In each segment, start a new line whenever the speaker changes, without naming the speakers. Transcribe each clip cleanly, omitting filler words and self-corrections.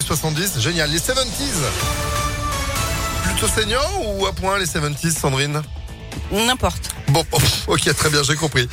70. Génial. Les 70s. Plutôt senior ou à point les 70s, Sandrine?
N'importe.
Bon, ok, très bien, j'ai compris.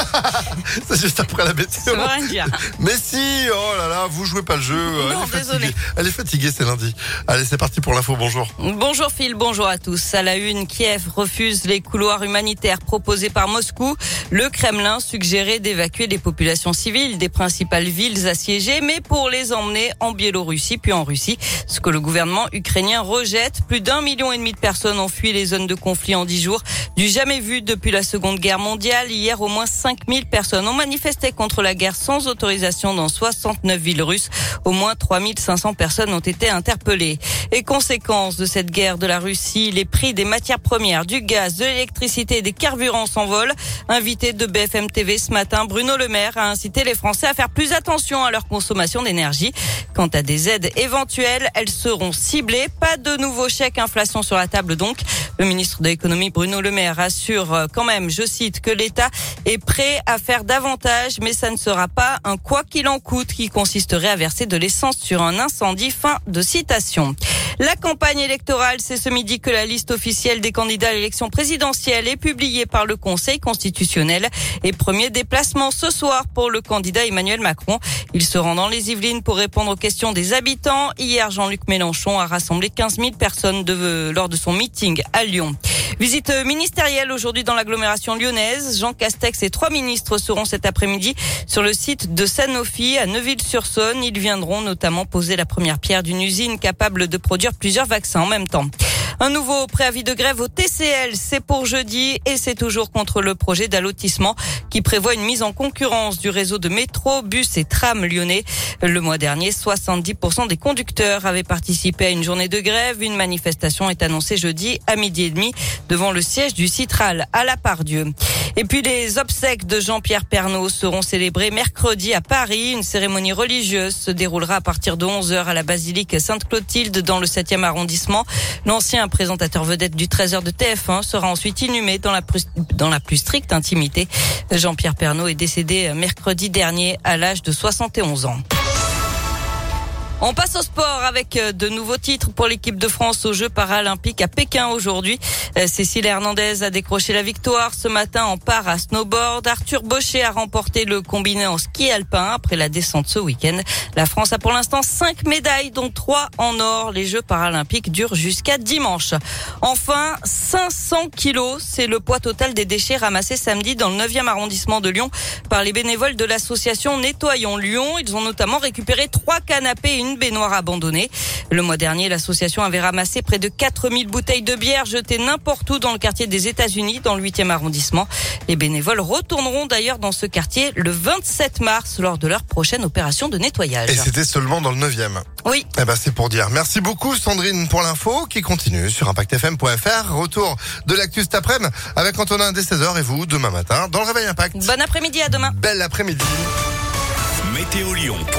C'est juste après la météo.
Ça veut rien dire.
Mais si, oh là là, vous jouez pas le jeu.
Non, désolé.
Elle est fatiguée, c'est lundi. Allez, c'est parti pour l'info, bonjour.
Bonjour Phil, bonjour à tous. À la une, Kiev refuse les couloirs humanitaires proposés par Moscou. Le Kremlin suggérait d'évacuer les populations civiles des principales villes assiégées, mais pour les emmener en Biélorussie puis en Russie. Ce que le gouvernement ukrainien rejette. Plus d'1,5 million de personnes ont fui les zones de conflit en 10 jours. Du jamais vu depuis la Seconde Guerre mondiale. Hier, au moins 5000 personnes ont manifesté contre la guerre sans autorisation dans 69 villes russes. Au moins 3500 personnes ont été interpellées. Et conséquence de cette guerre de la Russie, les prix des matières premières, du gaz, de l'électricité et des carburants s'envolent. Invité de BFM TV ce matin, Bruno Le Maire a incité les Français à faire plus attention à leur consommation d'énergie. Quant à des aides éventuelles, elles seront ciblées. Pas de nouveau chèque inflation sur la table donc. Le ministre de l'économie Bruno Le Maire assure quand même, je cite, que l'État est prêt à faire davantage, mais ça ne sera pas un quoi qu'il en coûte qui consisterait à verser de l'essence sur un incendie. Fin de citation. La campagne électorale, c'est ce midi que la liste officielle des candidats à l'élection présidentielle est publiée par le Conseil constitutionnel. Et premier déplacement ce soir pour le candidat Emmanuel Macron. Il se rend dans les Yvelines pour répondre aux questions des habitants. Hier, Jean-Luc Mélenchon a rassemblé 15 000 personnes lors de son meeting à Lyon. Visite ministérielle aujourd'hui dans l'agglomération lyonnaise. Jean Castex et 3 ministres seront cet après-midi sur le site de Sanofi à Neuville-sur-Saône. Ils viendront notamment poser la première pierre d'une usine capable de produire plusieurs vaccins en même temps. Un nouveau préavis de grève au TCL, c'est pour jeudi et c'est toujours contre le projet d'allotissement qui prévoit une mise en concurrence du réseau de métro, bus et tram lyonnais. Le mois dernier, 70% des conducteurs avaient participé à une journée de grève. Une manifestation est annoncée jeudi à 12h30 devant le siège du Citral à La Part-Dieu. Et puis les obsèques de Jean-Pierre Pernaut seront célébrées mercredi à Paris. Une cérémonie religieuse se déroulera à partir de 11h à la basilique Sainte-Clotilde dans le 7e arrondissement. L'ancien présentateur vedette du 13h de TF1 sera ensuite inhumé dans la plus stricte intimité. Jean-Pierre Pernaut est décédé mercredi dernier à l'âge de 71 ans. On passe au sport avec de nouveaux titres pour l'équipe de France aux Jeux paralympiques à Pékin aujourd'hui. Cécile Hernandez a décroché la victoire ce matin en part à snowboard. Arthur Bauchet a remporté le combiné en ski alpin après la descente ce week-end. La France a pour l'instant 5 médailles, dont 3 en or. Les Jeux paralympiques durent jusqu'à dimanche. Enfin, 500 kilos, c'est le poids total des déchets ramassés samedi dans le 9e arrondissement de Lyon par les bénévoles de l'association Nettoyons Lyon. Ils ont notamment récupéré 3 canapés et une baignoire abandonnée. Le mois dernier, l'association avait ramassé près de 4000 bouteilles de bière jetées n'importe où dans le quartier des États-Unis, dans le 8e arrondissement. Les bénévoles retourneront d'ailleurs dans ce quartier le 27 mars lors de leur prochaine opération de nettoyage.
Et c'était seulement dans le 9e.
Oui.
Eh ben, c'est pour dire. Merci beaucoup, Sandrine, pour l'info qui continue sur ImpactFM.fr. Retour de l'actu cet après-midi avec Antonin dès 16h et vous demain matin dans le Réveil Impact.
Bon après-midi, à demain.
Bel après-midi.
Météo Lyon.